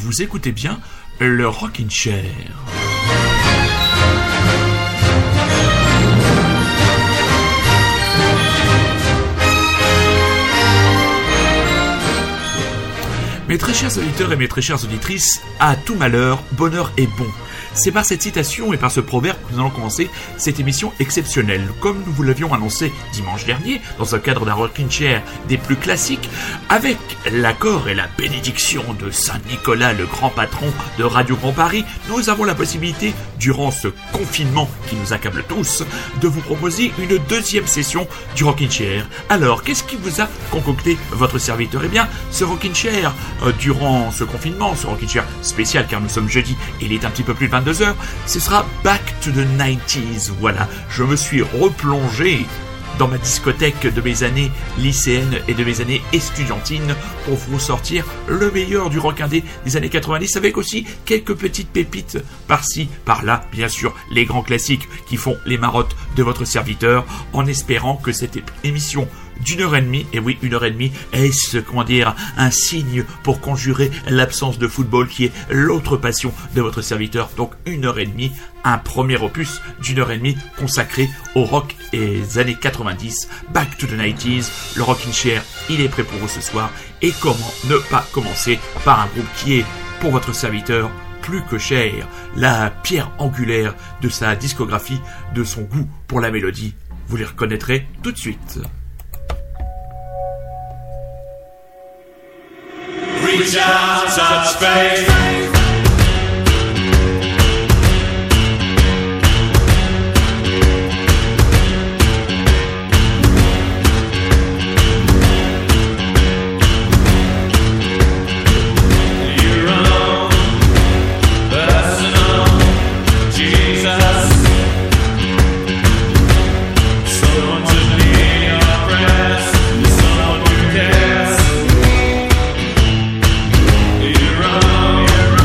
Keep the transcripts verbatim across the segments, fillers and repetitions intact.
vous écoutez bien le Rockin' Chair. Mes très chers auditeurs et mes très chères auditrices, à tout malheur, bonheur est bon. C'est par cette citation et par ce proverbe que nous allons commencer cette émission exceptionnelle. Comme nous vous l'avions annoncé dimanche dernier, dans un cadre d'un Rockin' Chair des plus classiques, avec l'accord et la bénédiction de Saint Nicolas, le grand patron de Radio Grand Paris, nous avons la possibilité, durant ce confinement qui nous accable tous, de vous proposer une deuxième session du Rockin' Chair. Alors, qu'est-ce qui vous a concocté votre serviteur ? Eh bien, ce Rockin' Chair, euh, durant ce confinement, ce Rockin' Chair spécial, car nous sommes jeudi et il est un petit peu plus de vingt-deux heures, ce sera Back to the nineties. Voilà, je me suis replongé dans ma discothèque de mes années lycéennes et de mes années estudiantines pour vous sortir le meilleur du rock indé des années quatre-vingt-dix, avec aussi quelques petites pépites par-ci, par-là, bien sûr, les grands classiques qui font les marottes de votre serviteur, en espérant que cette émission d'une heure et demie, et oui, une heure et demie, est-ce, comment dire, un signe pour conjurer l'absence de football qui est l'autre passion de votre serviteur. Donc une heure et demie, un premier opus d'une heure et demie consacré au rock et les années quatre-vingt-dix, Back to the nineties, le Rockin' Chair, il est prêt pour vous ce soir. Et comment ne pas commencer par un groupe qui est, pour votre serviteur, plus que cher, la pierre angulaire de sa discographie, de son goût pour la mélodie. Vous les reconnaîtrez tout de suite. Reach out, touch faith. You're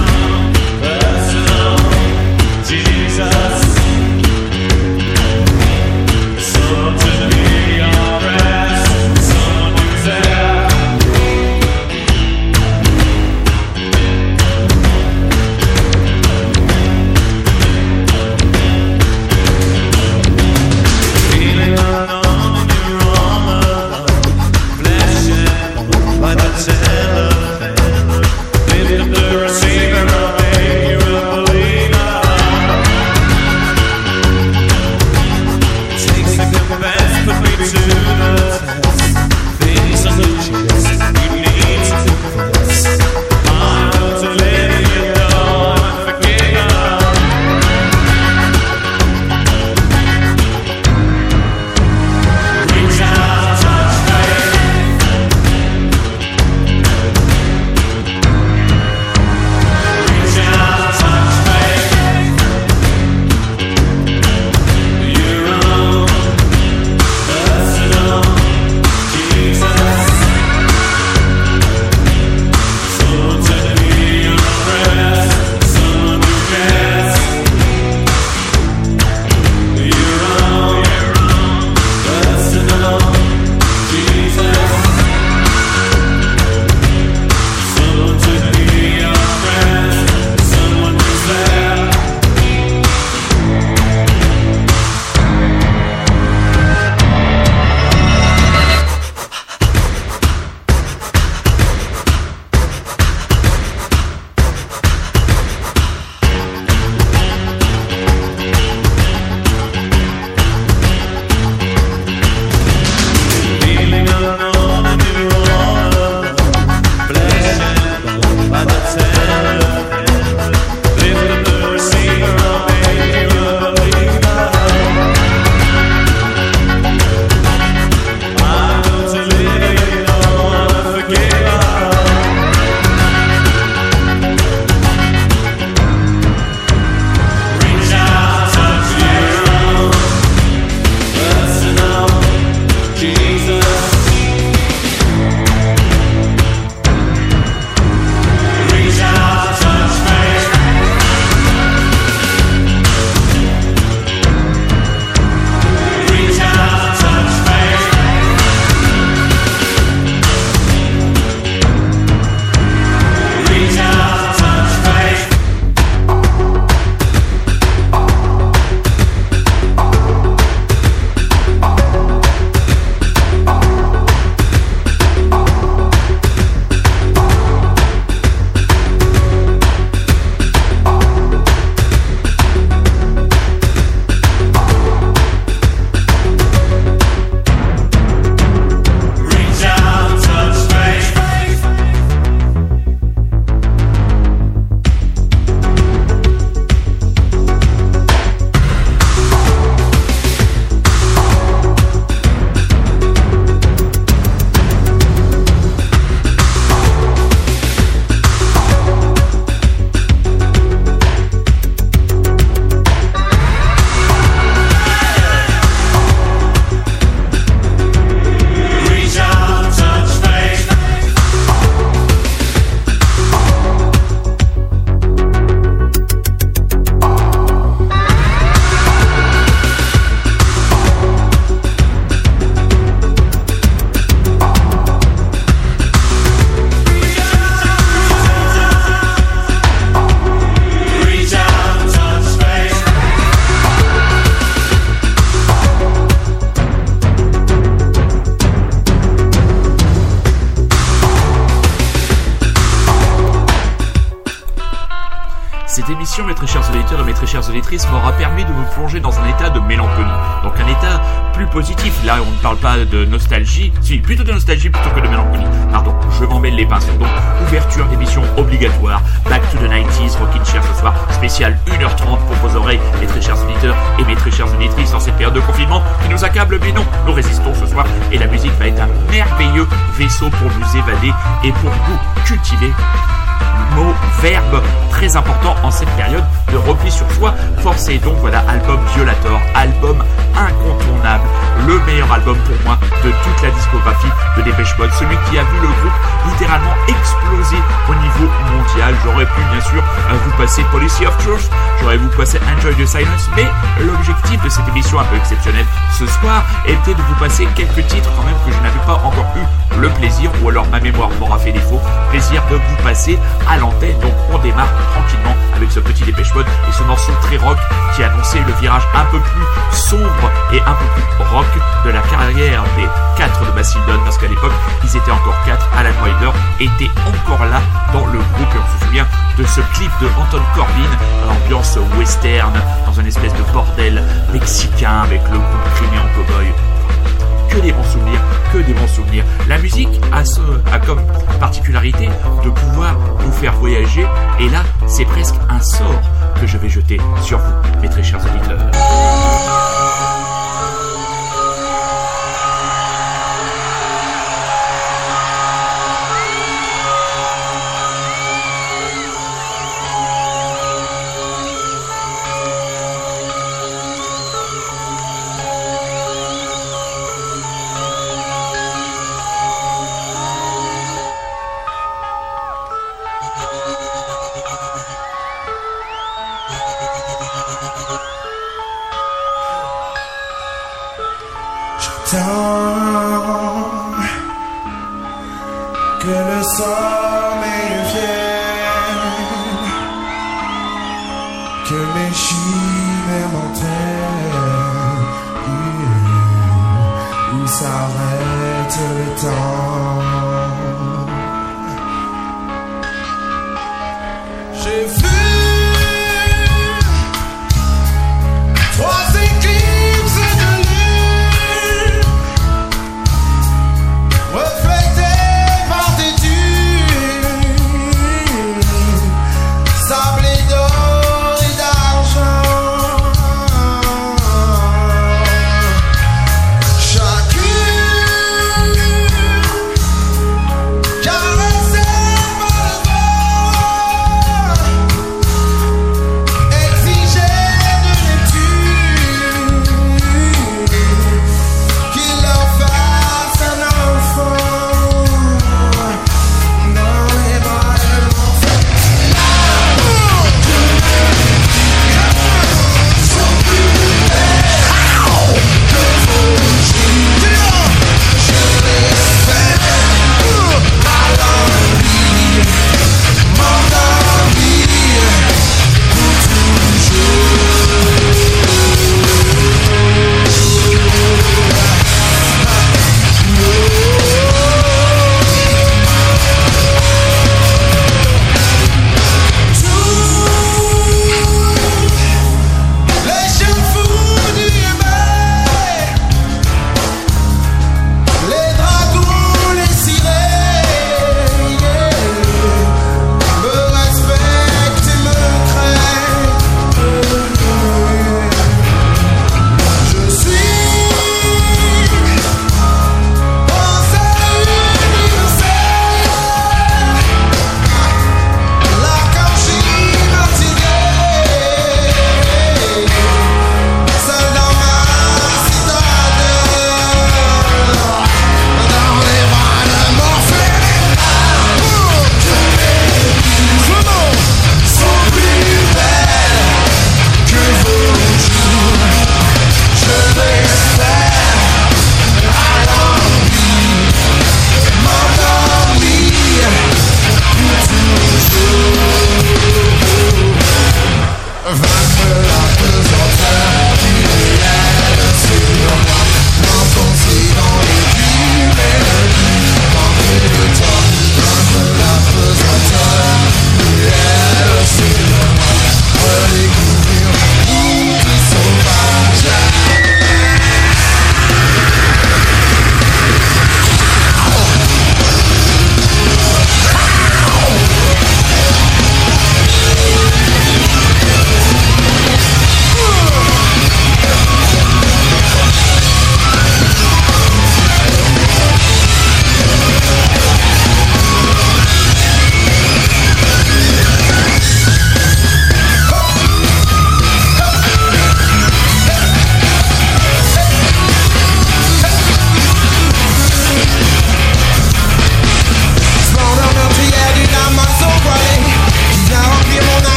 Cette émission, mes très chers auditeurs et mes très chères auditrices, m'aura permis de me plonger dans un état de mélancolie. Donc un état plus positif. Là, on ne parle pas de nostalgie. Si, plutôt de nostalgie plutôt que de mélancolie. Pardon, je m'en mêle les pinceaux. Donc, ouverture d'émission obligatoire. Back to the nineties, Rockin' Chair ce soir. Spécial une heure trente pour vos oreilles, mes très chers auditeurs et mes très chères auditrices dans cette période de confinement qui nous accable. Mais non, nous résistons ce soir. Et la musique va être un merveilleux vaisseau pour nous évader et pour nous cultiver. Mot, verbe, très important en cette période de repli sur soi forcé. Donc voilà, album Violator, album incontournable, le meilleur album pour moi de toute la discographie de Depeche Mode, celui qui a vu le groupe littéralement exploser au niveau mondial. J'aurais pu bien sûr vous passer Policy of Truth, j'aurais vous passer Enjoy the Silence, mais l'objectif de cette émission un peu exceptionnelle ce soir était de vous passer quelques titres quand même que je n'avais pas encore eu le plaisir, ou alors ma mémoire m'aura fait défaut, plaisir de vous passer à l'antenne. Donc on démarre tranquillement avec ce petit Depeche Mode et ce morceau très rock qui annonçait le virage un peu plus sombre et un peu plus rock de la carrière des quatre de Basildon, parce qu'à l'époque ils étaient encore quatre. Alan Wilder était encore là dans le groupe et on se souvient de ce clip de Anton Corbijn dans l'ambiance western, dans une espèce de bordel mexicain avec le groupe criméen cowboy. Que des bons souvenirs, que des bons souvenirs. La musique a, ce, a comme particularité de pouvoir vous faire voyager, et là, c'est presque un sort que je vais jeter sur vous, mes très chers auditeurs. Que le sommeil vienne, que mes chimères m'entraînent, où s'arrête le temps. J'ai vu trois éclipses de lune reflétées par des dunes, sablées d'or et d'argent. Chacune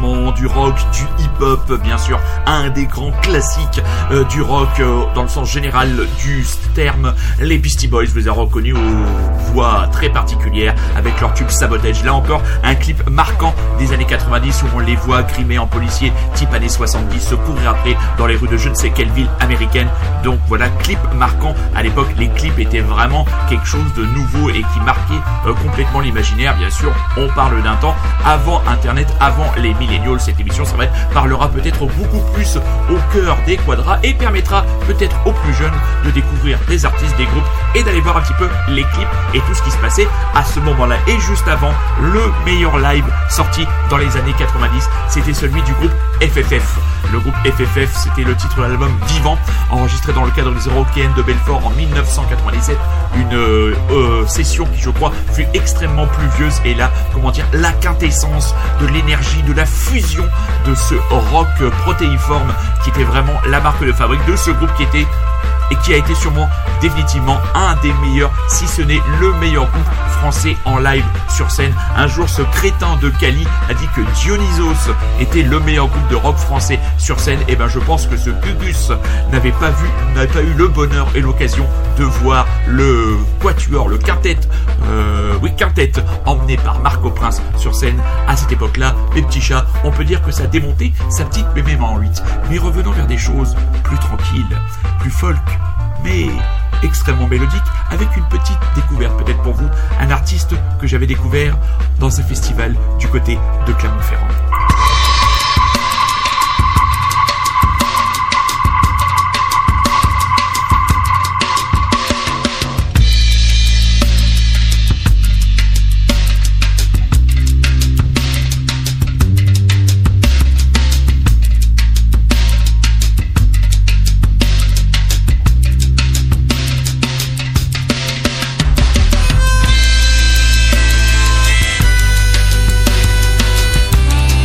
évidemment du rock, du hip-hop, bien sûr, un des grands classiques euh, du rock euh, dans le sens général du terme. Les Beastie Boys, vous les avez reconnus aux voix très particulières avec leur tube Sabotage. Là encore, un clip marquant des années quatre-vingt-dix où on les voit grimés en policiers type années soixante-dix, se courir après dans les rues de je ne sais quelle ville américaine. Donc voilà, clip marquant. À l'époque, les clips étaient vraiment quelque chose de nouveau et qui marquait euh, complètement l'imaginaire. Bien sûr, on parle d'un temps avant Internet, avant les millennials. Cette émission, c'est vrai, parlera peut-être beaucoup plus au cœur des quadras et permettra peut-être aux plus jeunes de découvrir des artistes, des groupes et d'aller voir un petit peu les clips et tout ce qui se passait à ce moment-là. Et juste avant, le meilleur live sorti dans les années quatre-vingt-dix, c'était celui du groupe F F F. Le groupe F F F, c'était le titre de l'album Vivant, enregistré dans le cadre des Européennes de Belfort en mille neuf cent quatre-vingt-dix-sept. Une euh, euh, session qui, je crois, fut extrêmement pluvieuse. Et là, comment dire, la quintessence de l'énergie, de la fusion de ce rock protéiforme qui était vraiment la marque de fabrique de ce groupe qui était et qui a été sûrement définitivement un des meilleurs, si ce n'est le meilleur groupe français en live sur scène. Un jour, ce crétin de Cali a dit que Dionysos était le meilleur groupe de rock français sur scène. Et ben, je pense que ce Gugus n'avait pas vu, n'avait pas eu le bonheur et l'occasion de voir le quatuor, le quintet, euh, oui, quintet, emmené par Marco Prince sur scène. À cette époque-là, mes petits chats, on peut dire que ça démontait sa petite mémé en huit. Mais revenons vers des choses plus tranquilles, plus folk, mais extrêmement mélodique, avec une petite découverte peut-être pour vous, un artiste que j'avais découvert dans un festival du côté de Clermont-Ferrand. Thank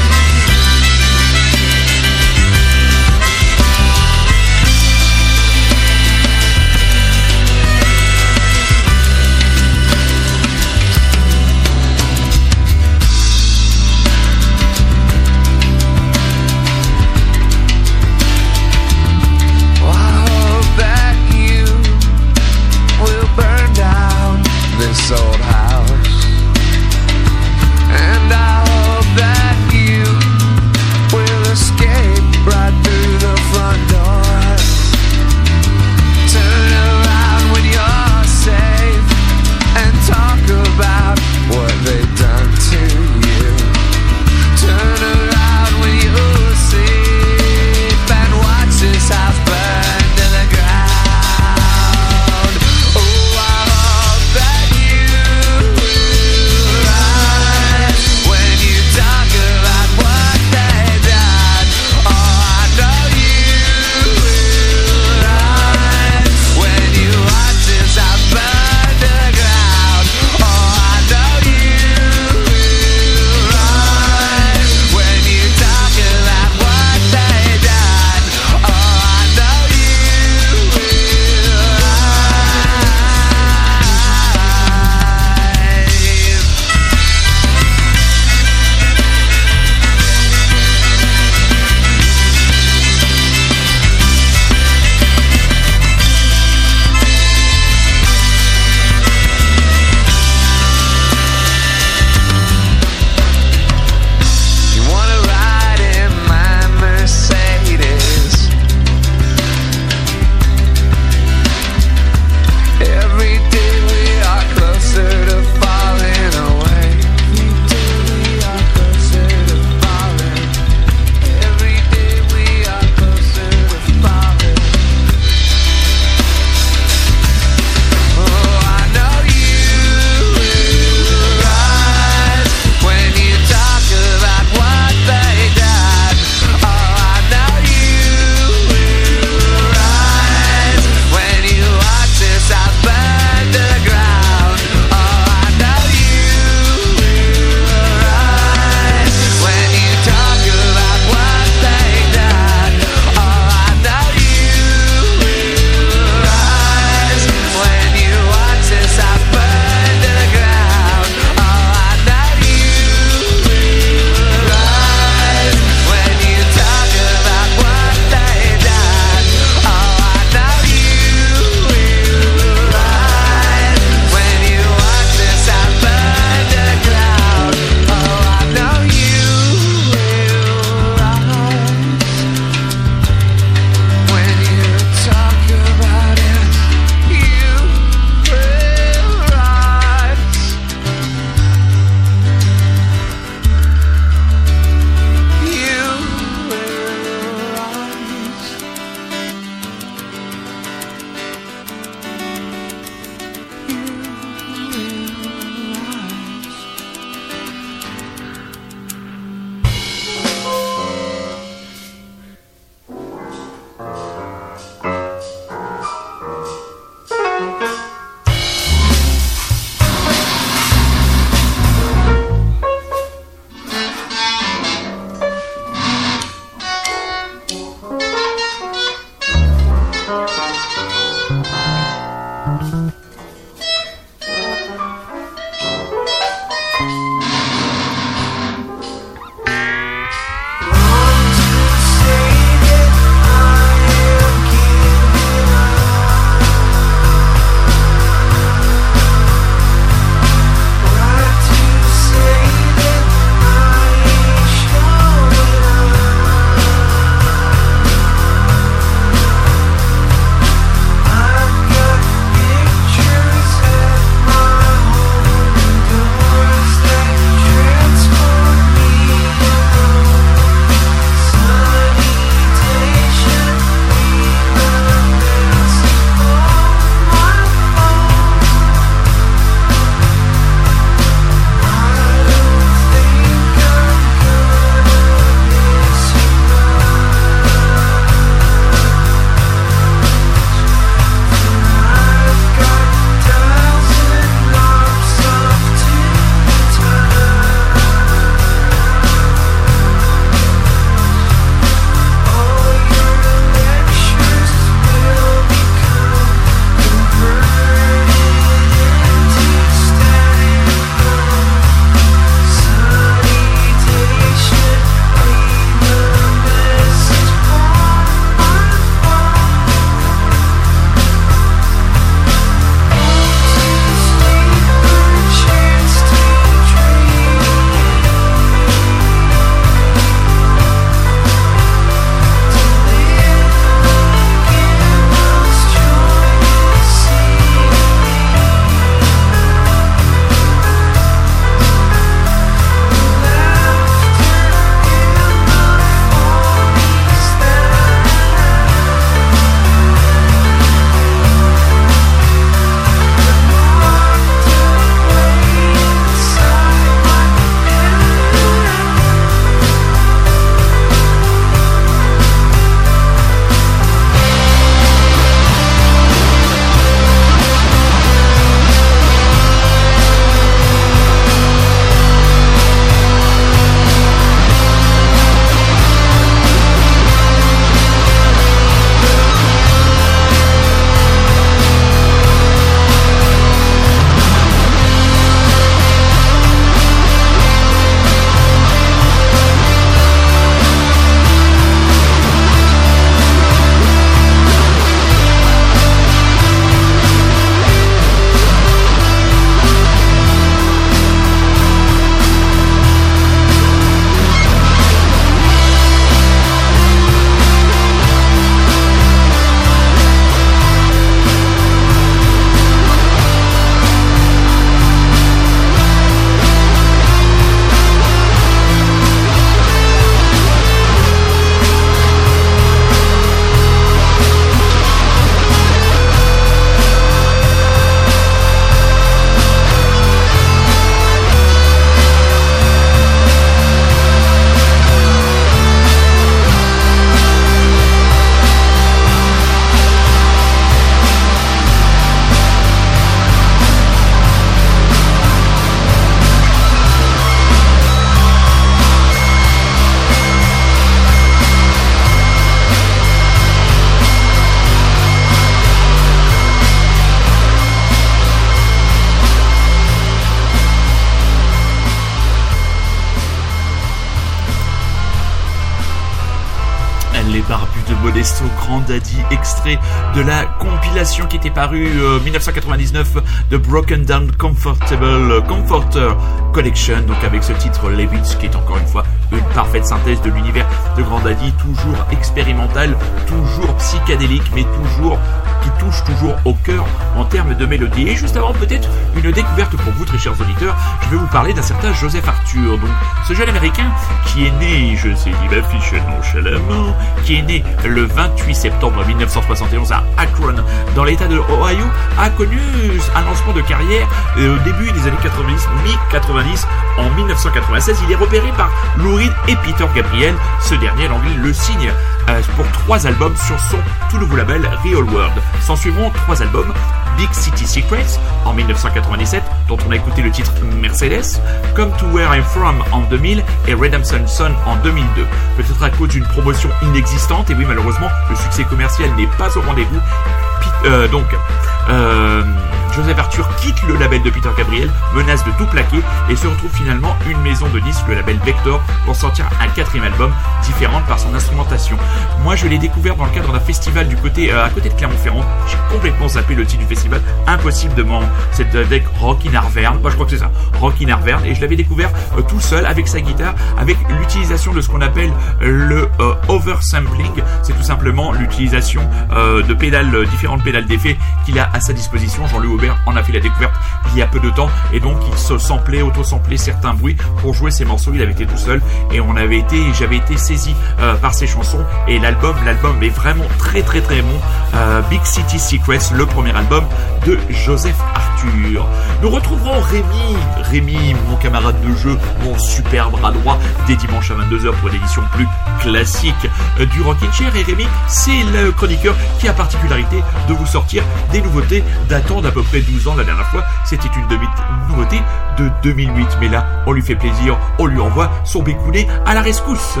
Modesto Grand Daddy, extrait de la compilation qui était parue euh, dix-neuf cent quatre-vingt-dix-neuf de Broken Down Comfortable Comforter Collection, donc avec ce titre Levitz qui est encore une fois une parfaite synthèse de l'univers de Grand Daddy, toujours expérimental, toujours psychédélique, mais toujours qui touche toujours au cœur en termes de mélodie. Et juste avant, peut-être une découverte pour vous, très chers auditeurs, je vais vous parler d'un certain Joseph Arthur. Donc, ce jeune américain qui est né, je sais, il m'affiche nonchalamment, qui est né le vingt-huit septembre dix-neuf cent soixante et onze à Akron, dans l'état de Ohio, a connu un lancement de carrière euh, au début des années quatre-vingt-dix, mi-quatre-vingt-dix. En dix-neuf cent quatre-vingt-seize, il est repéré par Lou Reed et Peter Gabriel. Ce dernier, l'anglais, le signe euh, pour trois albums sur son tout nouveau label Real World. S'en suivront trois albums: Big City Secrets en dix-neuf cent quatre-vingt-dix-sept, dont on a écouté le titre Mercedes, Come to Where I'm From en deux mille et Redemption Son en deux mille deux. Peut-être à cause d'une promotion inexistante, et oui, malheureusement, le succès commercial n'est pas au rendez-vous. Euh, donc, euh, Joseph Arthur quitte le label de Peter Gabriel, menace de tout plaquer et se retrouve finalement une maison de disques, le label Vector, pour sortir un quatrième album différent par son instrumentation. Moi, je l'ai découvert dans le cadre d'un festival du côté euh, à côté de Clermont-Ferrand. J'ai complètement zappé le titre du festival. Impossible de m'en... C'est avec Rockin' Arverne. Moi, je crois que c'est ça. Rockin' Arverne. Et je l'avais découvert euh, tout seul avec sa guitare, avec l'utilisation de ce qu'on appelle le euh, oversampling. C'est tout simplement l'utilisation euh, de pédales, euh, différentes pédales d'effet qu'il a à sa disposition. Jean-Louis Aubert en a fait la découverte il y a peu de temps, et donc il se samplait, auto-samplait certains bruits pour jouer ses morceaux. Il avait été tout seul et on avait été, j'avais été saisi euh, par ses chansons, et l'album, l'album est vraiment très très très bon. Euh, Big City Secrets, le premier album de Joseph Arthur. Nous retrouverons Rémi, Rémi, mon camarade de jeu, mon super bras droit, dès dimanche à vingt-deux heures pour l'édition plus classique euh, du Rockin' Chair. Et Rémi, c'est le chroniqueur qui a particularité de vous sortir des nouveautés datant d'à peu près douze ans. La dernière fois, c'était une demi- nouveauté de deux mille huit, mais là, on lui fait plaisir, on lui envoie son bécounet à la rescousse.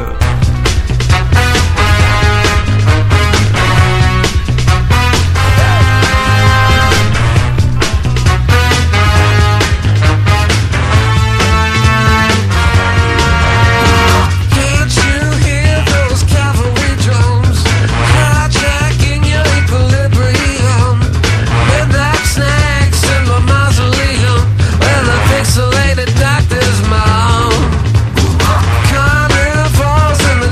Pixelated doctor's mom. Carnivores in the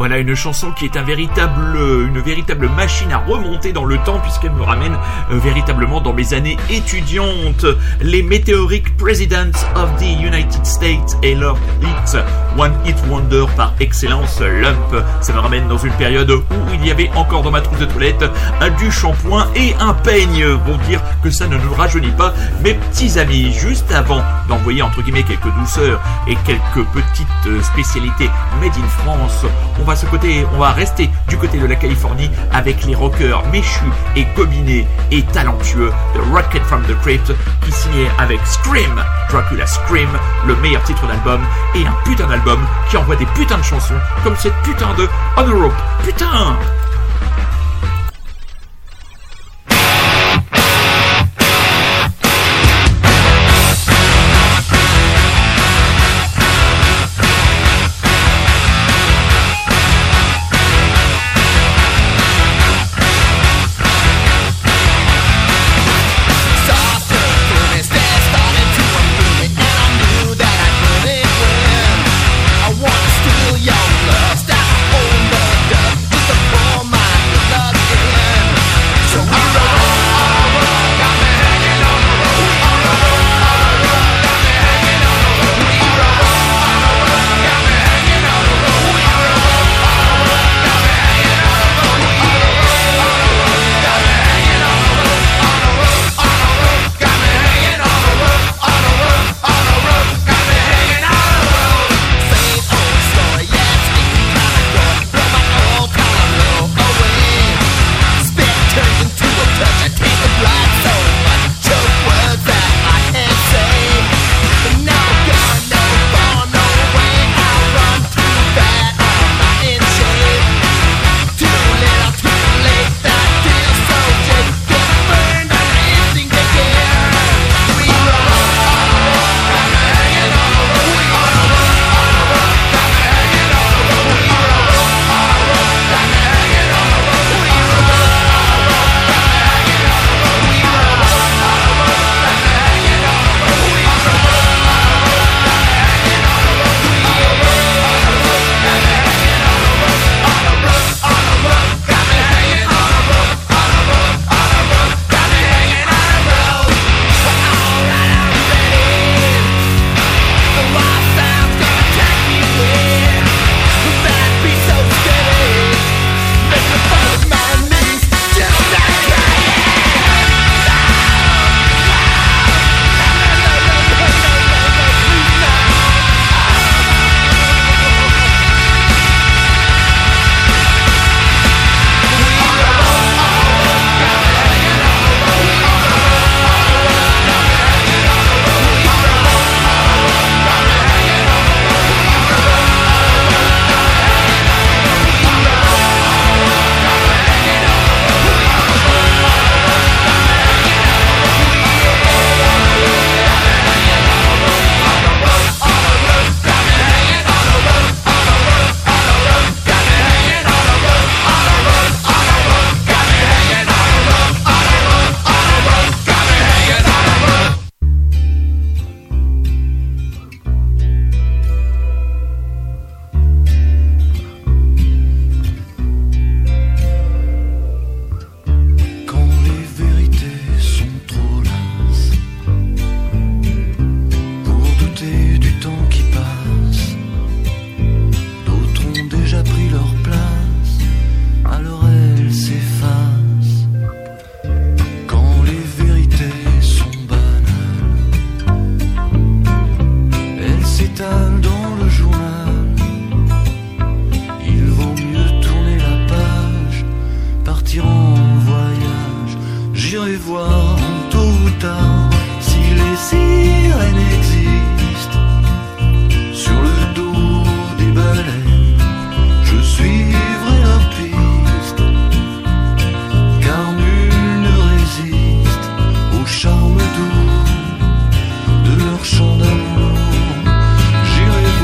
Voilà une chanson qui est un véritable, une véritable machine à remonter dans le temps puisqu'elle me ramène euh, véritablement dans mes années étudiantes. Les Meteoric Presidents of the United States et leur hit One Hit Wonder par excellence, Lump. Ça me ramène dans une période où il y avait encore dans ma trousse de toilette un du shampoing et un peigne. Bon dire que ça ne nous rajeunit pas, mes petits amis. Juste avant d'envoyer entre guillemets quelques douceurs et quelques petites spécialités made in France, on va ce côté, on va rester du côté de la Californie avec les rockers méchus et gobinés et talentueux de Rocket from the Crypt qui signaient avec Scream, Dracula Scream, le meilleur titre d'album et un putain d'album qui envoie des putains de chansons comme cette putain de On Europe. Putain! Chant d'amour, j'irai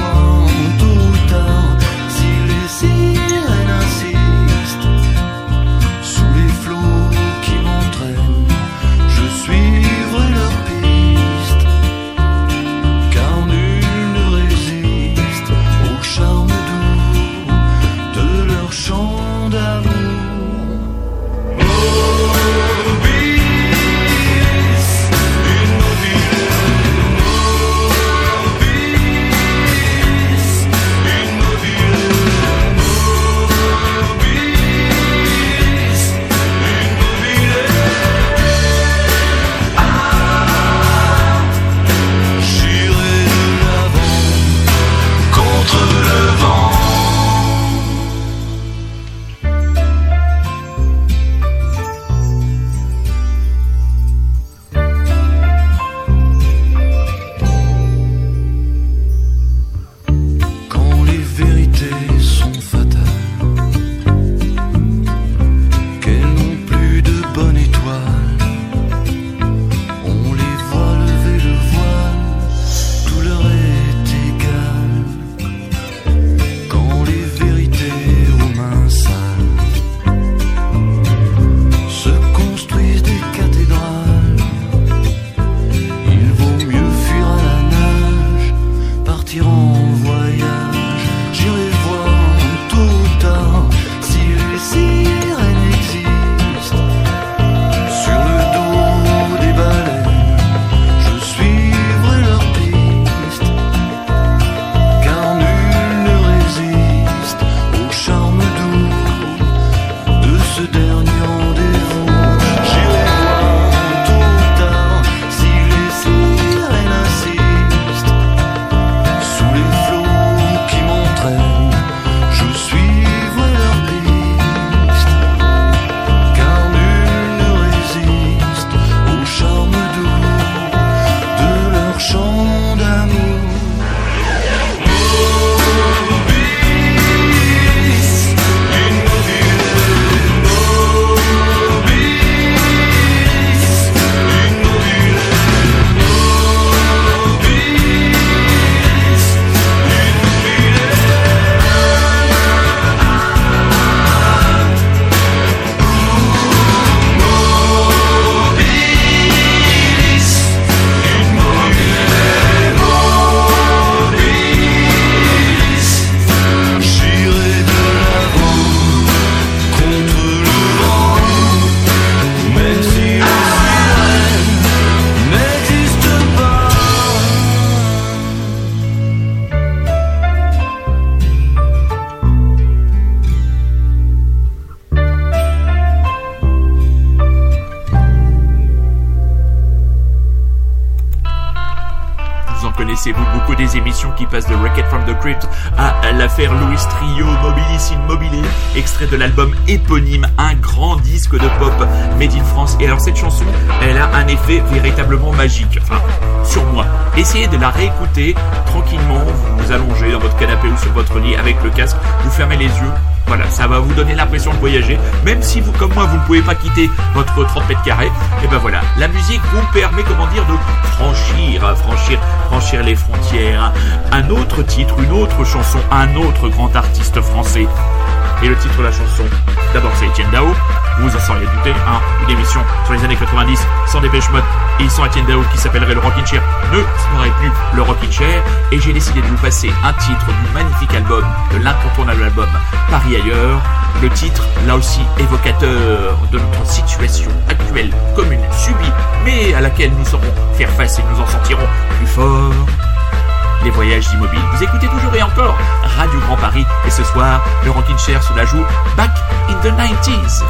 connaissez-vous beaucoup des émissions qui passent de Wreck-It from the Crypt à l'affaire Louis Trio, Mobilis in Mobile, extrait de l'album éponyme, un grand disque de pop made in France. Et alors cette chanson, elle a un effet véritablement magique, enfin, sur moi. Essayez de la réécouter tranquillement, vous vous allongez dans votre canapé ou sur votre lit avec le casque, vous fermez les yeux. Voilà, ça va vous donner l'impression de voyager, même si vous, comme moi, vous ne pouvez pas quitter votre trente mètres carrés. Et ben voilà, la musique vous permet, comment dire, de franchir, franchir, franchir les frontières. Un autre titre, une autre chanson, un autre grand artiste français. Et le titre de la chanson, d'abord c'est Etienne Dao, vous en seriez douté, hein, une émission sur les années quatre-vingt-dix sans Dépêche Mode et sans Etienne Dao qui s'appellerait le Rockin' Chair ne serait plus le Rockin' Chair, et j'ai décidé de vous passer un titre du magnifique album, de l'incontournable album Paris Ailleurs, le titre là aussi évocateur de notre situation actuelle commune, subie, mais à laquelle nous saurons faire face et nous en sortirons plus forts. Les voyages immobiles. Vous écoutez toujours et encore Radio Grand Paris, et ce soir, le Rockin' Chair sous la joue Back in the nineties.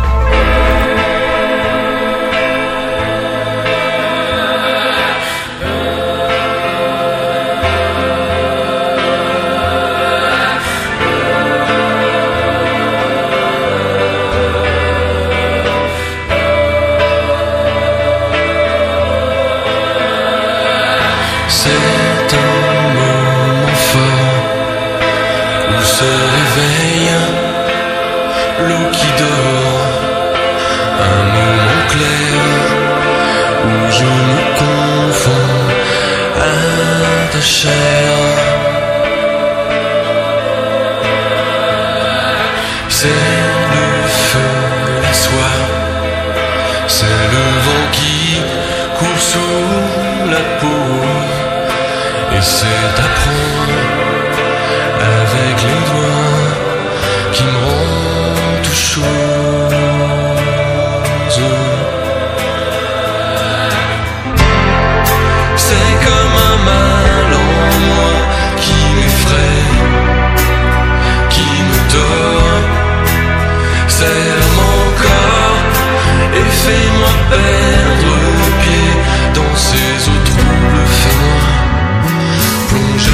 Se réveille l'eau qui dort, un moment clair où je me confonds à ta chair. C'est le feu, la soie, c'est le vent qui coule sous la peau, et c'est apprendre avec les doigts qui me rendent tout chose. C'est comme un mal en moi qui m'effraie, qui me dort. Serre mon corps et fais-moi perdre pied dans ces eaux troubles. Fais-moi plonger.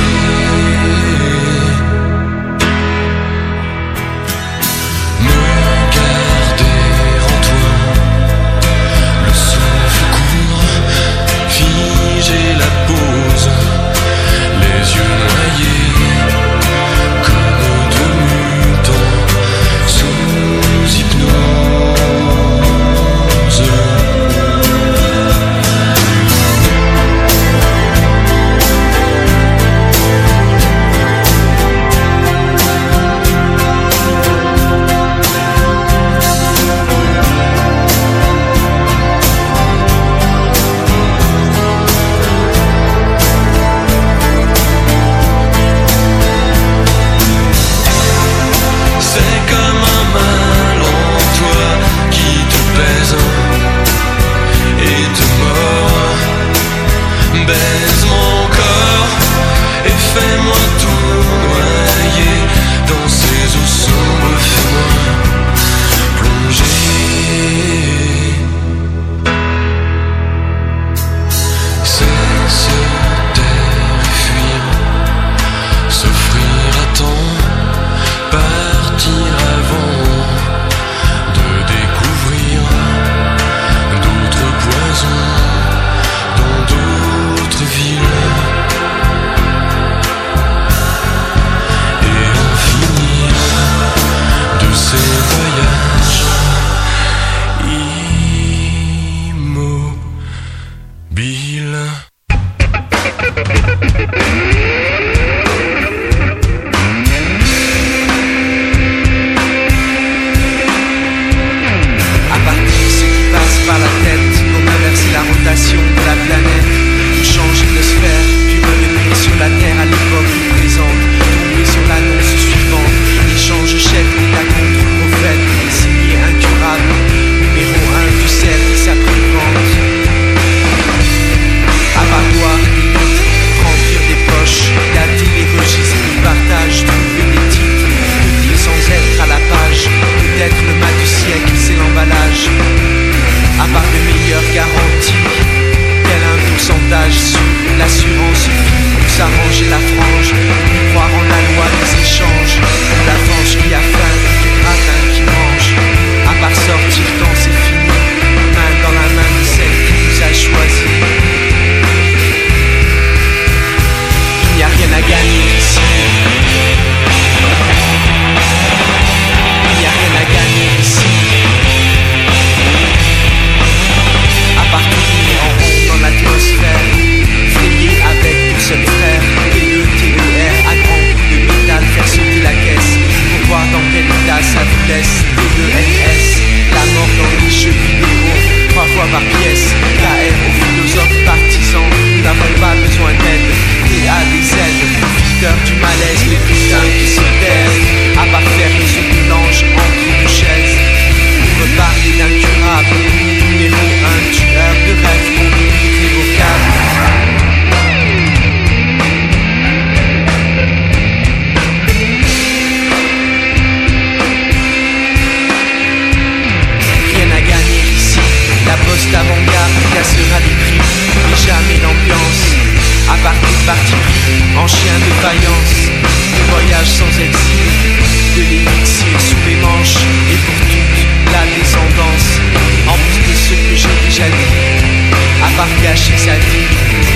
sans exil, de l'élixir sous mes manches, et pour toute la descendance, en plus de ce que j'ai déjà dit, à part gâcher sa vie.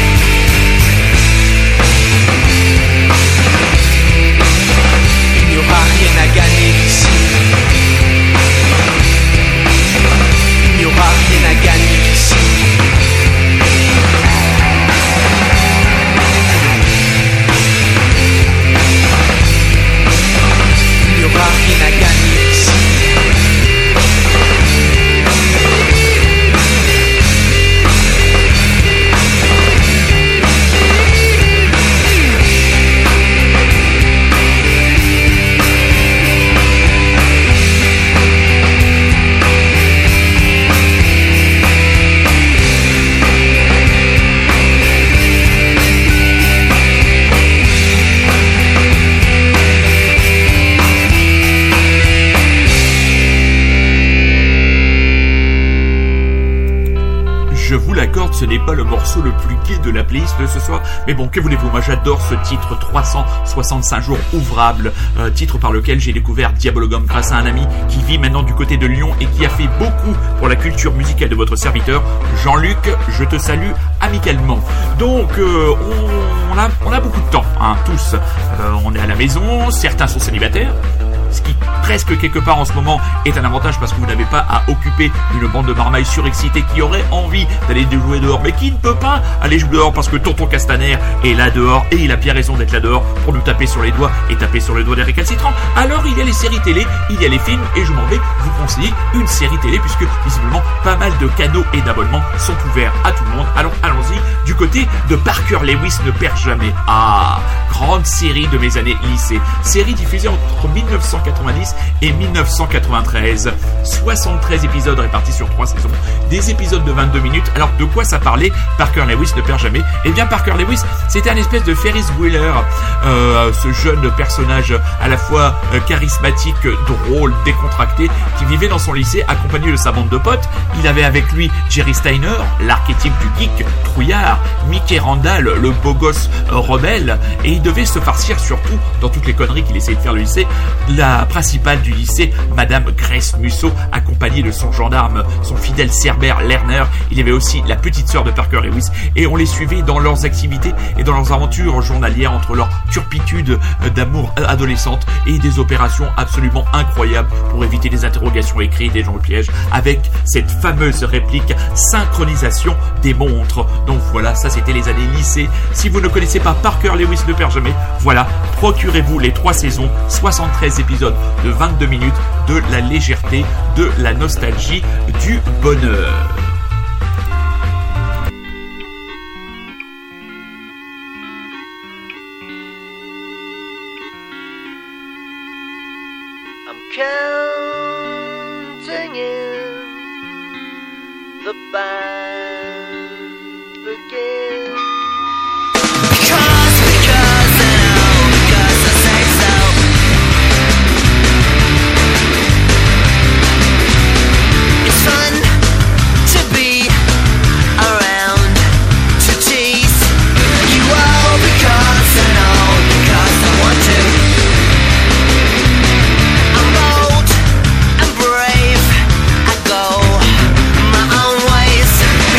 Il n'y aura rien à gagner ici. Il n'y aura rien à gagner ici. Il n'y aura rien à gagner ici. Je vous l'accorde, ce n'est pas le morceau le plus gai de la playlist de ce soir, mais bon, que voulez-vous, moi j'adore ce titre, trois cent soixante-cinq jours ouvrables, euh, titre par lequel j'ai découvert Diabologum grâce à un ami qui vit maintenant du côté de Lyon et qui a fait beaucoup pour la culture musicale de votre serviteur, Jean-Luc, je te salue amicalement. Donc, euh, on, on, a, on a beaucoup de temps, hein, tous, euh, on est à la maison, certains sont célibataires, ce qui presque quelque part en ce moment est un avantage parce que vous n'avez pas à occuper une bande de marmailles surexcités qui aurait envie d'aller jouer dehors mais qui ne peut pas aller jouer dehors parce que tonton Castaner est là dehors et il a bien raison d'être là dehors pour nous taper sur les doigts et taper sur les doigts des récalcitrants. Alors il y a les séries télé, il y a les films et je m'en vais vous conseiller une série télé puisque visiblement pas mal de canaux et d'abonnements sont ouverts à tout le monde. Alors allons-y du côté de Parker Lewis ne perd jamais. Ah, grande série de mes années lycée. Série diffusée entre dix-neuf cent quatre-vingt-dix et dix-neuf cent quatre-vingt-treize. soixante-treize épisodes répartis sur trois saisons. Des épisodes de vingt-deux minutes. Alors de quoi ça parlait Parker Lewis ne perd jamais. Eh bien Parker Lewis, c'était un espèce de Ferris Bueller. Euh, ce jeune personnage à la fois euh, charismatique, drôle, décontracté, qui vivait dans son lycée accompagné de sa bande de potes. Il avait avec lui Jerry Steiner, l'archétype du geek trouillard, Mickey Randall, le beau gosse euh, rebelle, et il devait se farcir surtout dans toutes les conneries qu'il essayait de faire le lycée, la principale du lycée, Madame Grace Musso, accompagnée de son gendarme, son fidèle Cerbère Lerner. Il y avait aussi la petite sœur de Parker Lewis, et on les suivait dans leurs activités et dans leurs aventures journalières entre leur turpitude d'amour adolescente et des opérations absolument incroyables pour éviter des interrogations écrites et gens au piège, avec cette fameuse réplique synchronisation des montres. Donc voilà, ça c'était les années lycée. Si vous ne connaissez pas Parker Lewis ne perd jamais, voilà, procurez-vous les trois saisons, soixante-treize épisodes de vingt-deux minutes, de la légèreté, de la nostalgie, du bonheur. I'm counting in the band begins. Because, because, I know, because I say so. It's fun to be around to tease you all because I know, because I want to. I'm bold, I'm brave, I go my own ways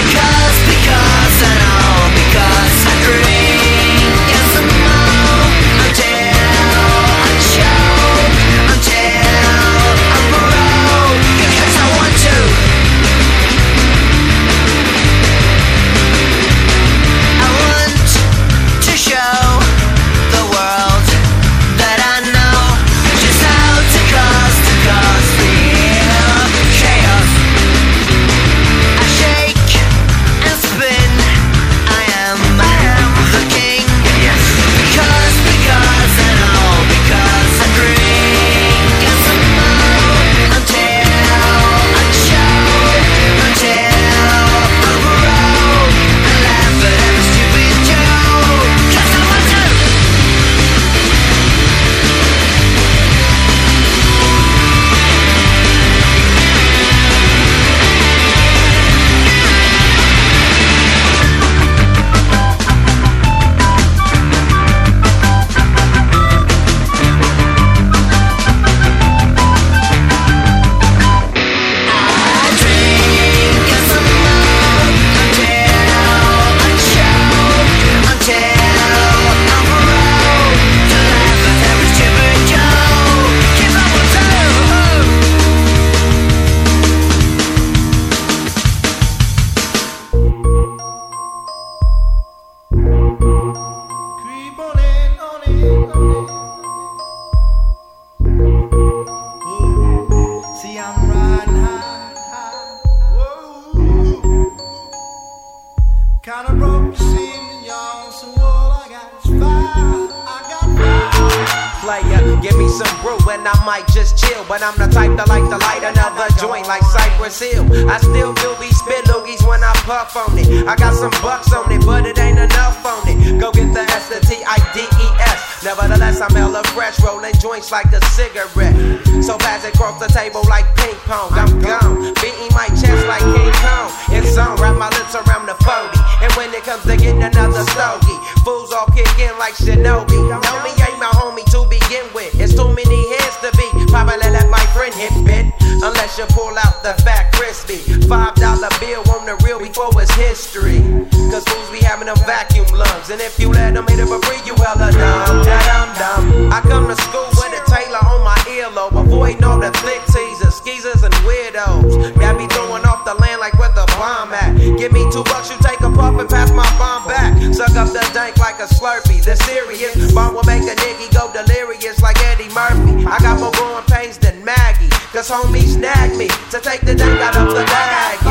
See, I'm riding high, high. Whoa. Kinda broke the scene, y'all. So all I got is fire. I got fire. Player, give me some brew and I might just chill. But I'm the type that like to light another joint like Cypress Hill. I still do be spit loogies when I puff on it. I got some bucks on it, but it ain't enough on it. Go get the S, the T I D E S. Nevertheless, I'm hella fresh, rolling joints like a cigarette. So fast it cross the table like ping pong. I'm gone, beating my chest like King Kong. It's on, wrap my lips around the forty. And when it comes to getting another stogie, fools all kick in like Shinobi. Know me ain't my homie to begin with. It's too many heads to be. Probably let my friend hit bit. Unless you pull out the fat crispy five dollar bill on the real before it's history. Cause fools be having them vacuum lungs. And if you let them hit it for free, you hella dumb. Dum dum. I come to school with a Taylor on my earlobe. Avoiding all the flick teasers, skeezers, and weirdos. Got me throwing off the land like where the bomb at. Give me two bucks, you take a puff and pass my bomb back. Suck up the dank like a Slurpee. The serious bomb will make a nigga go delirious like Eddie Murphy. I got more growing pains than Maggie. Cause homies snagged me to take the dank out of the bag.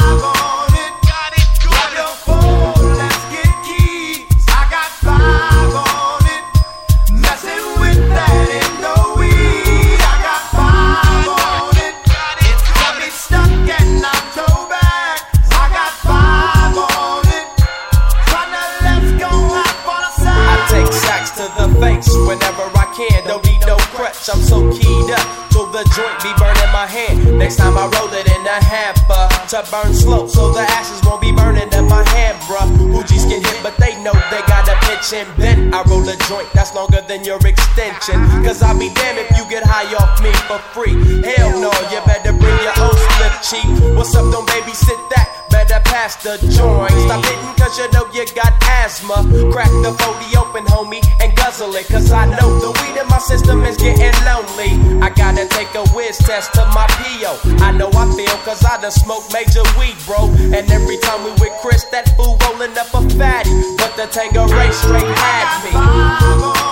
Whenever I can, don't need no crutch. I'm so keyed up till the joint be burning my hand. Next time I roll it in a hamper to burn slow, so the ashes won't be burning in my hand, bruh. Hoogies get hit, but they know they gotta pitch and bend. I roll a joint that's longer than your extension. Cause I'll be damned if you get high off me for free. Hell no, you better bring your own slip cheap. What's up, don't babysit that? Better pass the joint. Stop hitting cause you know you got asthma. Crack the forty open, homie, and guzzle it. Cause I know the weed in my system is getting lonely. I gotta take a whiz test to my P O. I know I feel cause I done smoked major weed, bro. And every time we with Chris, that fool rolling up a fatty. But the Tangeray straight had me.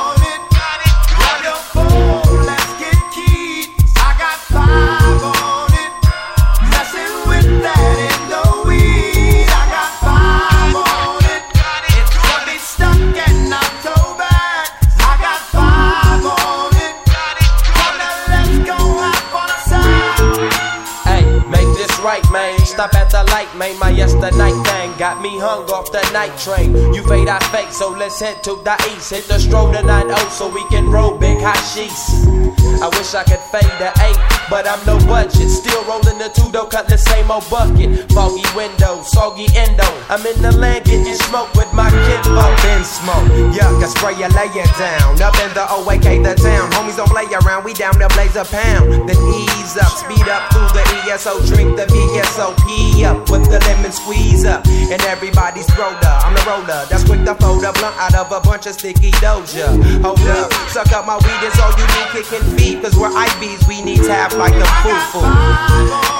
Stop at the light, man, my yesterday night thing got me hung off the night train. You fade, I fake, so let's head to the east. Hit the stroll to nine oh so we can roll big hot sheets. I wish I could fade the eight, but I'm no budget. Still rolling the two though, cut the same old bucket. Foggy window, soggy endo. I'm in the land getting smoke with my kinfolk. Been smoke, yuck, I spray you, lay it down. Up in the O A K, the town. Homies don't play around, we down to blaze a pound. Then ease up, speed up through the E S O, drink the V S O P up with the lemon squeeze up. And everybody's roller, I'm the roller that's quick to fold a blunt out of a bunch of sticky doja. Hold up, suck up my weed, it's all you do, kicking feet. Cause we're I Bs, we need tap like the foo-foo.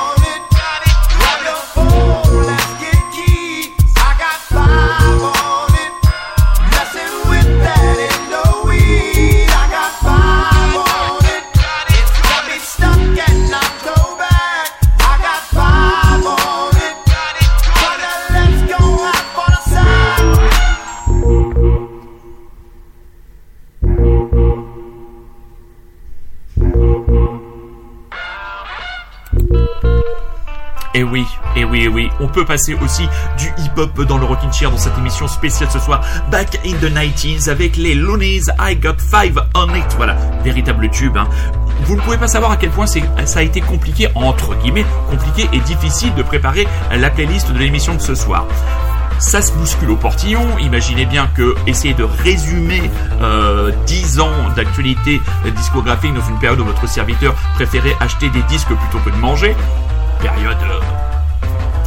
Et oui, et oui, et oui, on peut passer aussi du hip-hop dans le Rockin' Chair dans cette émission spéciale ce soir, Back in the nineties, avec les Loonies, I Got Five on It. Voilà, véritable tube, hein. Vous ne pouvez pas savoir à quel point c'est, ça a été compliqué, entre guillemets, compliqué et difficile de préparer la playlist de l'émission de ce soir. Ça se bouscule au portillon. Imaginez bien que essayer de résumer euh, dix ans d'actualité discographique dans une période où votre serviteur préférait acheter des disques plutôt que de manger, période euh,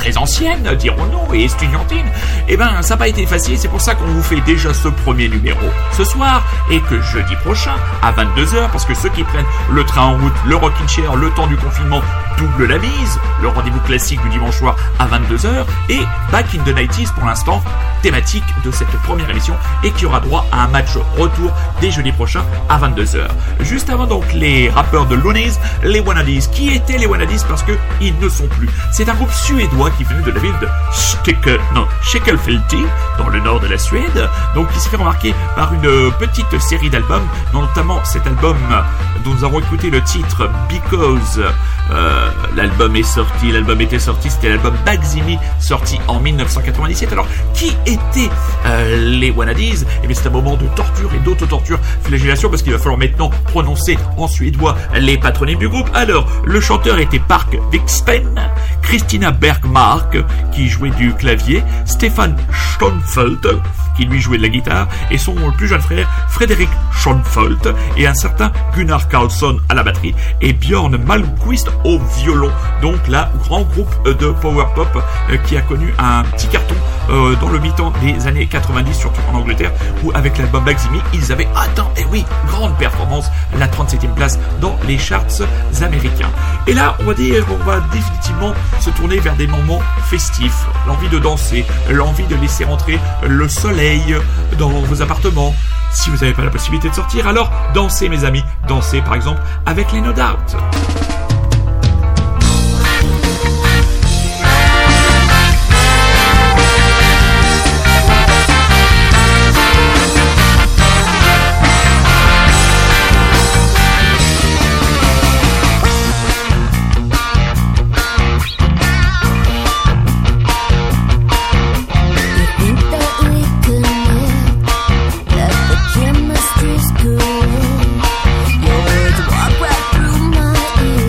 très ancienne, dirons-nous, et estudiantine, eh ben, ça n'a pas été facile, c'est pour ça qu'on vous fait déjà ce premier numéro ce soir, et que jeudi prochain, à vingt-deux heures, parce que ceux qui prennent le train en route, le rocking chair, le temps du confinement, double la mise, le rendez-vous classique du dimanche soir à vingt-deux heures, et Back in the nineties pour l'instant, thématique de cette première émission, et qui aura droit à un match retour dès jeudi prochain à vingt-deux heures. Juste avant donc les rappeurs de Loonies, les Wannadies. Qui étaient les Wannadies? Parce que ils ne sont plus. C'est un groupe suédois qui venait de la ville de Sticke, non, Schickelfelti, dans le nord de la Suède, donc qui s'est fait remarquer par une petite série d'albums, notamment cet album dont nous avons écouté le titre Because. Euh, l'album est sorti, l'album était sorti, c'était l'album Bagzimi, sorti en dix-neuf cent quatre-vingt-dix-sept. Alors, qui étaient euh, les Wannadies? Eh bien, c'est un moment de torture et d'auto-torture, flagellation, parce qu'il va falloir maintenant prononcer en suédois les patronymes du groupe. Alors, le chanteur était Park Viksten, Christina Bergmark, qui jouait du clavier, Stefan Schoenfeldt, qui lui jouait de la guitare, et son plus jeune frère, Frédéric Schoenfeldt, et un certain Gunnar Karlsson à la batterie, et Björn Malmquist au violon. Donc là, grand groupe de power pop euh, qui a connu un petit carton euh, dans le mi-temps des années quatre-vingt-dix, surtout en Angleterre, où avec l'album Bagzimi, ils avaient atteint, et oui, grande performance, la trente-septième place dans les charts américains. Et là, on va dire, on va définitivement se tourner vers des moments festifs, l'envie de danser, l'envie de laisser entrer le soleil dans vos appartements. Si vous n'avez pas la possibilité de sortir, alors dansez mes amis, dansez par exemple avec les No Doubt. Chemistry's good. Your words walk right through my ears.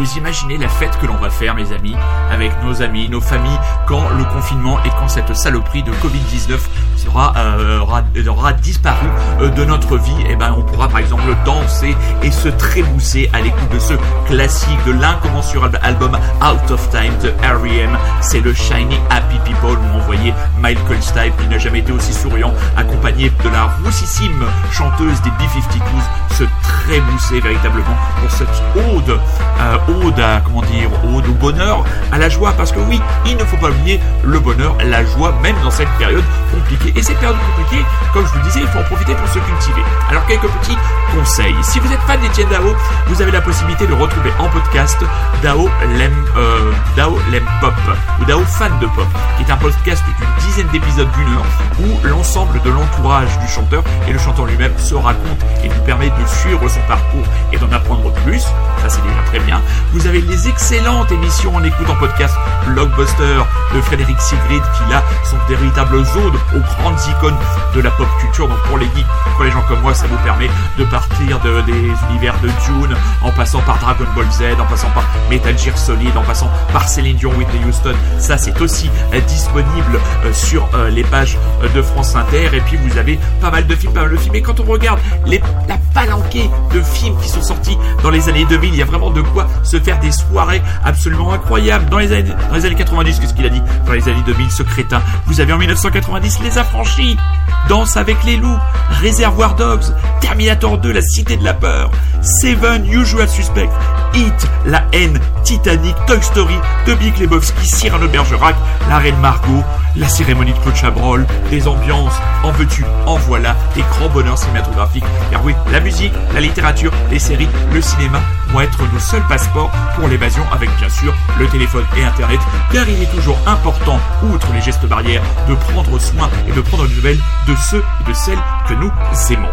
vous imaginez la fête que l'on va faire, mes amis, avec nos amis, nos familles, quand le confinement et quand cette saloperie de covid dix-neuf sera, euh, aura, aura disparu euh, de notre vie. Et ben, on pourra par exemple danser et se trémousser à l'écoute de ce classique, de l'incommensurable album Out of Time de R E M. C'est le Shiny Happy People, où on voyait Michael Stipe, qui n'a jamais été aussi souriant, accompagné de la roussissime chanteuse des B cinquante-deux, se trémousser véritablement pour cette ode, euh, ode à, comment dire, ode au bonheur, à la joie, parce que oui, il ne faut pas oublier le bonheur, la joie, même dans cette période compliquée. Et ces périodes compliquées, comme je vous le disais, il faut en profiter pour se cultiver. Alors, quelques petits conseils. Si vous êtes fan d'Étienne Dao, vous avez la possibilité de retrouver en podcast Dao l'aime, euh, Dao l'aime pop, ou Dao fan de pop, qui est un podcast d'une dizaine d'épisodes d'une heure, où l'ensemble de l'entourage du chanteur et le chanteur lui-même se raconte et nous permet de suivre son parcours et d'en apprendre plus. Ça, c'est déjà très bien. Vous avez les excellentes émissions en écoute en podcast Blockbuster de Frédéric Sigrid, qui là sont de véritables odes aux grandes icônes de la pop culture. Donc pour les geeks, pour les gens comme moi, ça vous permet de partir de, des univers de Dune, en passant par Dragon Ball Z, en passant par Metal Gear Solid, en passant par Céline Dion, Whitney Houston. Ça, c'est aussi euh, disponible euh, sur euh, les pages euh, de France Inter. Et puis vous avez pas mal de films, pas mal de films. Et quand on regarde les, la palanquée de films qui sont sortis dans les années deux mille, il y a vraiment de quoi se faire des soirées absolument incroyables. Dans les années, dans les années quatre-vingt-dix, qu'est-ce qu'il a dit? Dans les années deux mille, ce crétin. Vous avez en mille neuf cent quatre-vingt-dix Les Affranchis, Danse avec les loups, Réservoir Dogs, Terminator deux, La Cité de la Peur, Seven, Usual Suspect, Hit, La Haine, Titanic, Toy Story, The Big Lebowski, Cyrano de Bergerac, La Reine Margot, La Cérémonie de Claude Chabrol, des ambiances, en veux-tu, en voilà, des grands bonheurs cinématographiques. Car oui, la musique, la littérature, les séries, le cinéma vont être nos seuls passeports pour l'évasion, avec bien sûr le téléphone et Internet, car il est toujours important, outre les gestes barrières, de prendre soin et de prendre des nouvelles de ceux et de celles que nous aimons.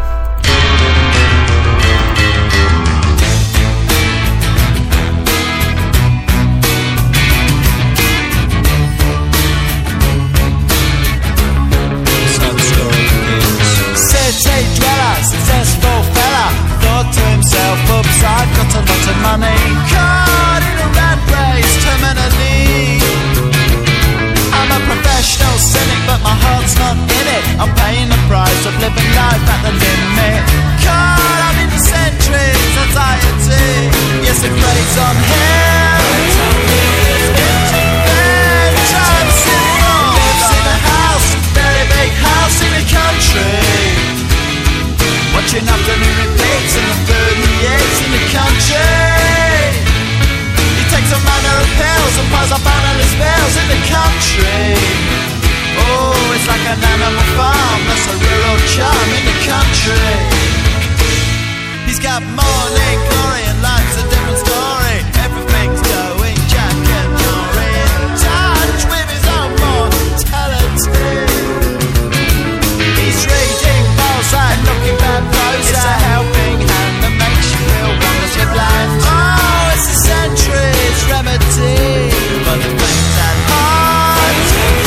City dweller, successful fella, thought to himself, oops, I've got a lot of money. Caught in a rat race, terminally. I'm a professional cynic, but my heart's not in it. I'm paying the price of living life at the limit. Caught up in the centuries, anxiety. Yes, it plays on him. Bedtime syndrome. Lives in a house, very big house in the country. Watching afternoon repeats in the thirty-eights in the country. He takes a manner of pills and piles up analyst bills in the country. Oh, it's like an animal farm, that's a rural charm in the country. He's got morning glory and life's a different story. Everything's going Jack and Jory, in touch with his own mortality. He's reading Balzac, looking bad prose. It's a helping hand that makes you feel wonderfully blind. Oh, it's a century's remedy for the fact that heart.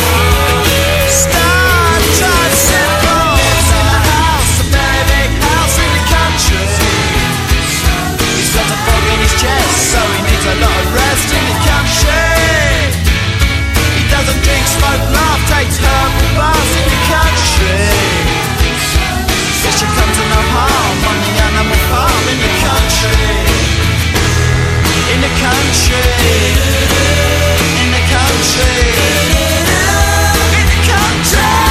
Star tricycle lives in a house, a very big house in the country. He's got a fog in his chest, so he needs a lot of rest in the country. He doesn't drink, smoke, laugh, takes herbal baths in the country. It should come to no harm on the animal farm in the country. In the country. In the country. In the country.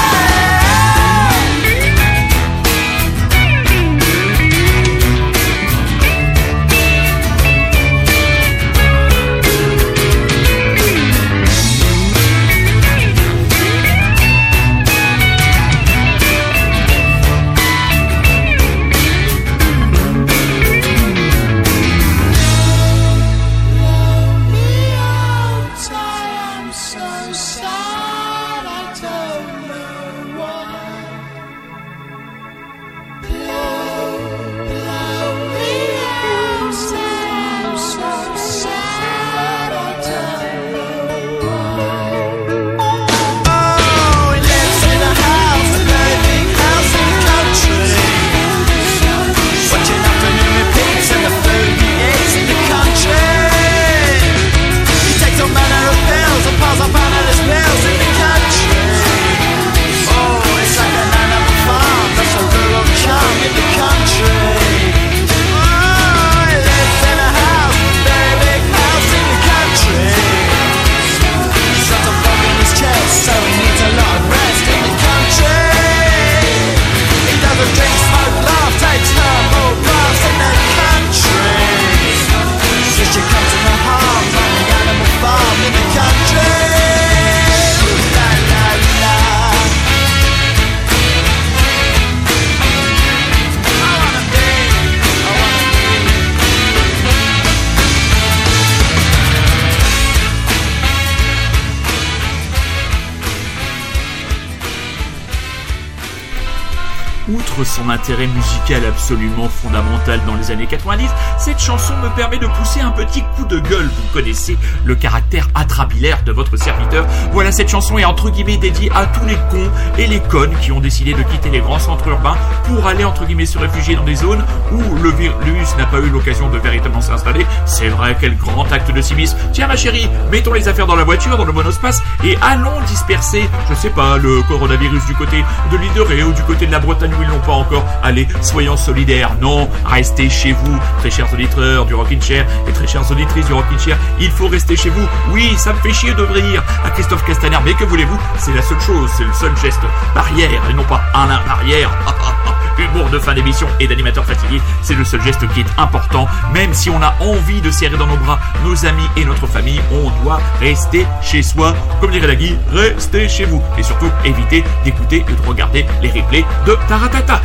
Outre son intérêt musical absolument fondamental dans les années quatre-vingt-dix, cette chanson me permet de pousser un petit coup de gueule. Vous connaissez le caractère atrabilaire de votre serviteur. Voilà, cette chanson est entre guillemets dédiée à tous les cons et les connes qui ont décidé de quitter les grands centres urbains pour aller entre guillemets se réfugier dans des zones où le virus n'a pas eu l'occasion de véritablement s'installer. C'est vrai, quel grand acte de civisme. Tiens ma chérie, mettons les affaires dans la voiture, dans le monospace et allons disperser, je sais pas, le coronavirus du côté de l'île de Ré ou du côté de la Bretagne où ils n'ont pas encore. Allez, soyons solidaires. Non, restez chez vous, très chers auditeurs du Rockin' Chair et très chères auditrices du Rockin' Chair. Il faut rester chez vous. Oui, ça me fait chier de rire à Christophe Castaner, mais que voulez-vous, c'est la seule chose, c'est le seul geste barrière et non pas un barrière. Humour de fin d'émission et d'animateur fatigué, c'est le seul geste qui est important. Même si on a envie de serrer dans nos bras nos amis et notre famille, on doit rester chez soi. Comme dirait la Guy, restez chez vous. Et surtout, évitez d'écouter et de regarder les replays de Taratata.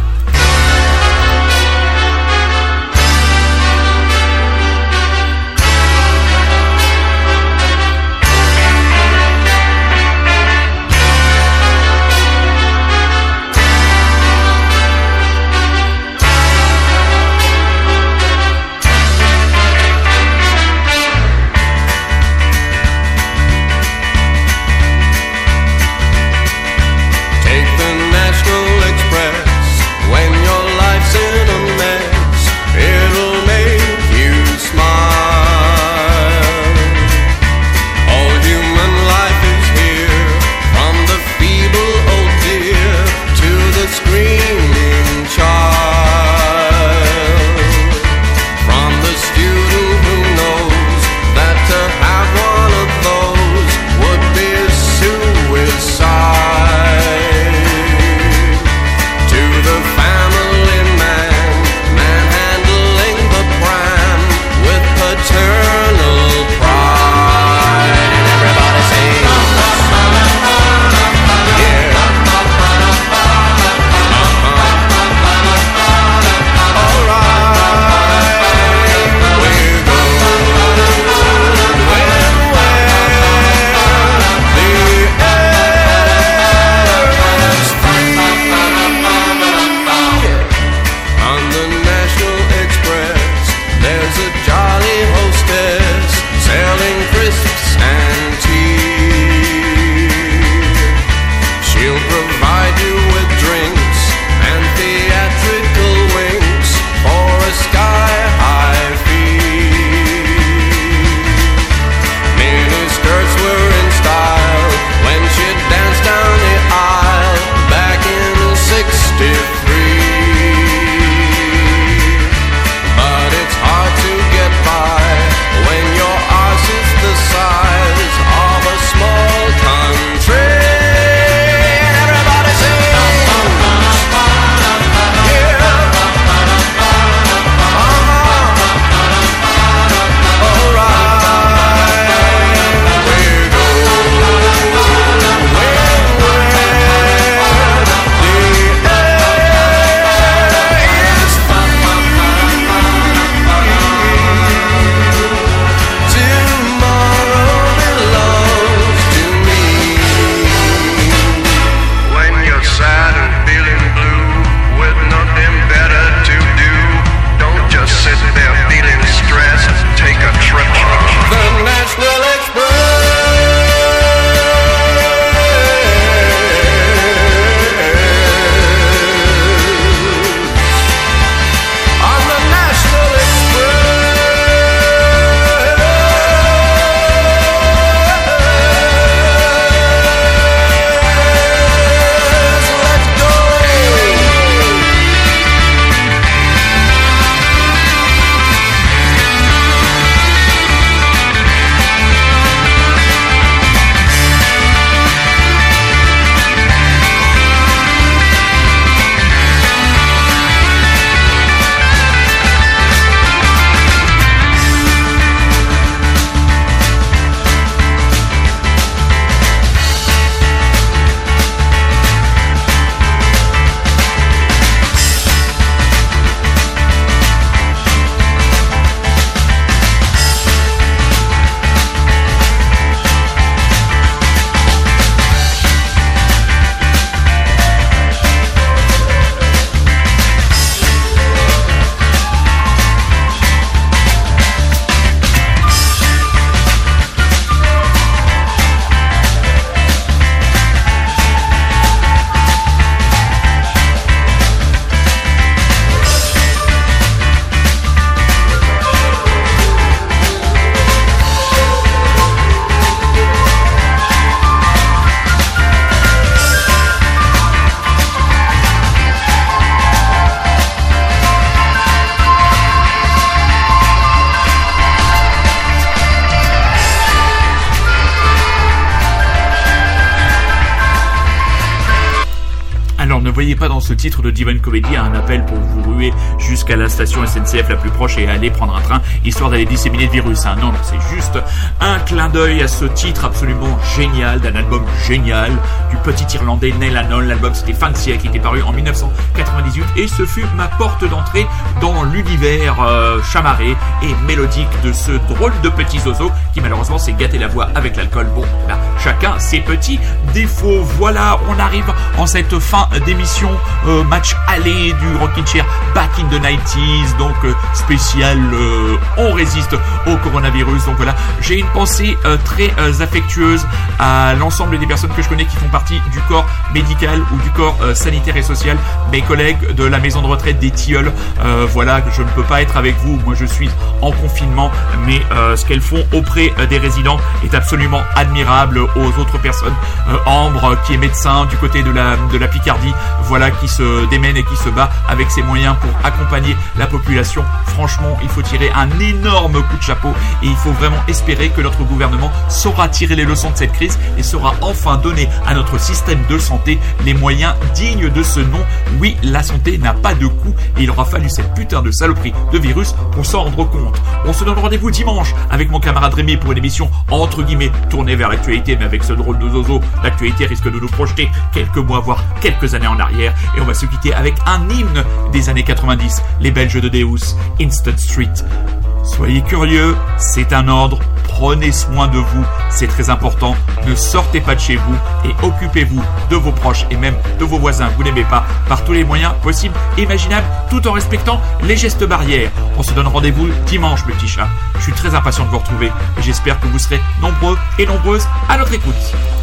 voyez pas dans ce titre de Divine Comedy un appel pour vous ruer jusqu'à la station S N C F la plus proche et aller prendre un train histoire d'aller disséminer le virus. Hein. Non, non, c'est juste un clin d'œil à ce titre absolument génial, d'un album génial, du petit Irlandais Neil Hannon. L'album c'était fin de siècle, qui était paru en dix-neuf cent quatre-vingt-dix-huit et ce fut ma porte d'entrée dans l'univers euh, chamarré et mélodique de ce drôle de petit zozo qui malheureusement s'est gâté la voix avec l'alcool. Bon, là, chacun ses petits défauts. Voilà, on arrive en cette fin d'émission euh, match aller du Rockin' Chair Back in the nineties, donc euh, spécial euh, on résiste au coronavirus. Donc voilà, j'ai une pensée euh, très euh, affectueuse à l'ensemble des personnes que je connais qui font partie du corps médical ou du corps euh, sanitaire et social, mes collègues de la maison de retraite des Tilleuls. Euh, voilà, je ne peux pas être avec vous, moi je suis en confinement, mais euh, ce qu'elles font auprès euh, des résidents est absolument admirable. Aux autres personnes, euh, Ambre qui est médecin du côté de la, de la Picardie, voilà, qui se démène et qui se bat avec ses moyens pour accompagner la population. Franchement, il faut tirer un énorme coup de chapeau et il faut vraiment espérer que notre gouvernement saura tirer les leçons de cette crise et saura enfin donner à notre système de santé les moyens dignes de ce nom. Oui, la santé n'a pas de coût et il aura fallu cette putain de saloperie de virus pour s'en rendre compte. On se donne rendez-vous dimanche avec mon camarade Rémi pour une émission entre guillemets tournée vers l'actualité, mais avec ce drôle de zozo, l'actualité risque de nous projeter quelques mois voire quelques années en arrière et on va se quitter avec un hymne des années quatre-vingt-dix, les Belges de Deus, Instant Street. Soyez curieux, c'est un ordre, prenez soin de vous, c'est très important, ne sortez pas de chez vous et occupez-vous de vos proches et même de vos voisins que vous n'aimez pas par tous les moyens possibles et imaginables, tout en respectant les gestes barrières. On se donne rendez-vous dimanche, mes petits chats. Je suis très impatient de vous retrouver et j'espère que vous serez nombreux et nombreuses à notre écoute.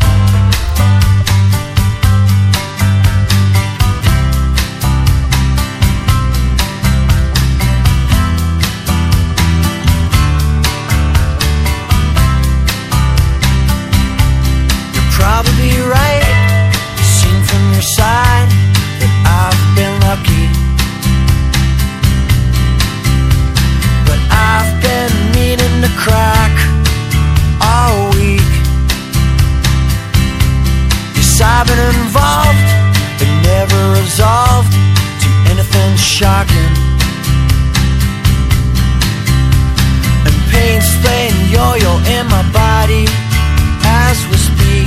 Probably right, seen from your side that I've been lucky, but I've been meaning to crack all week. Yes, I've been involved, but never resolved to anything shocking. And pain's playing yo-yo in my body as we speak.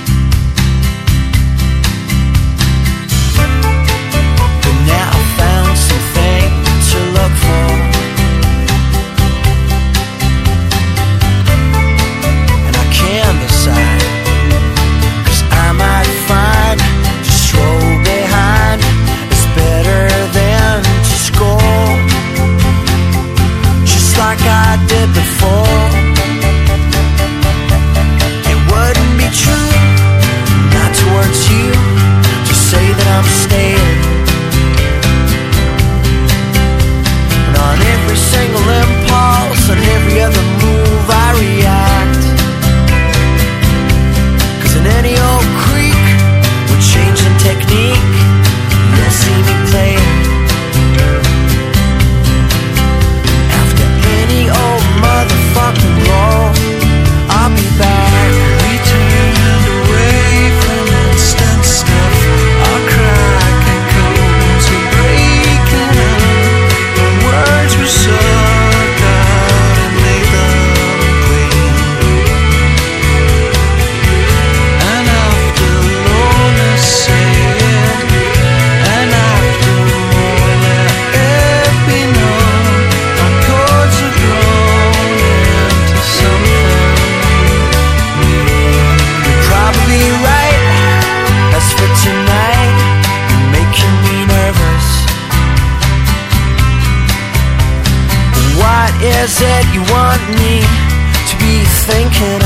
Now I found something to look for, and I can't decide, 'cause I might find to stroll behind is better than to score, just like I did before. It wouldn't be true, not towards you, to say that I'm staying. On every single impulse, on every other move I react, 'cause in any old creek with changing technique, you'll see me playing. After any old motherfucking roll, I'll be back. We turned away from instant stuff. Our crack and codes were breaking up. Words were sucked out and made them clean. And after loneliness said, and after more, let it be known, our chords have grown into something. You're probably right, as for tonight, you're making me nervous. What is it you want me to be thinking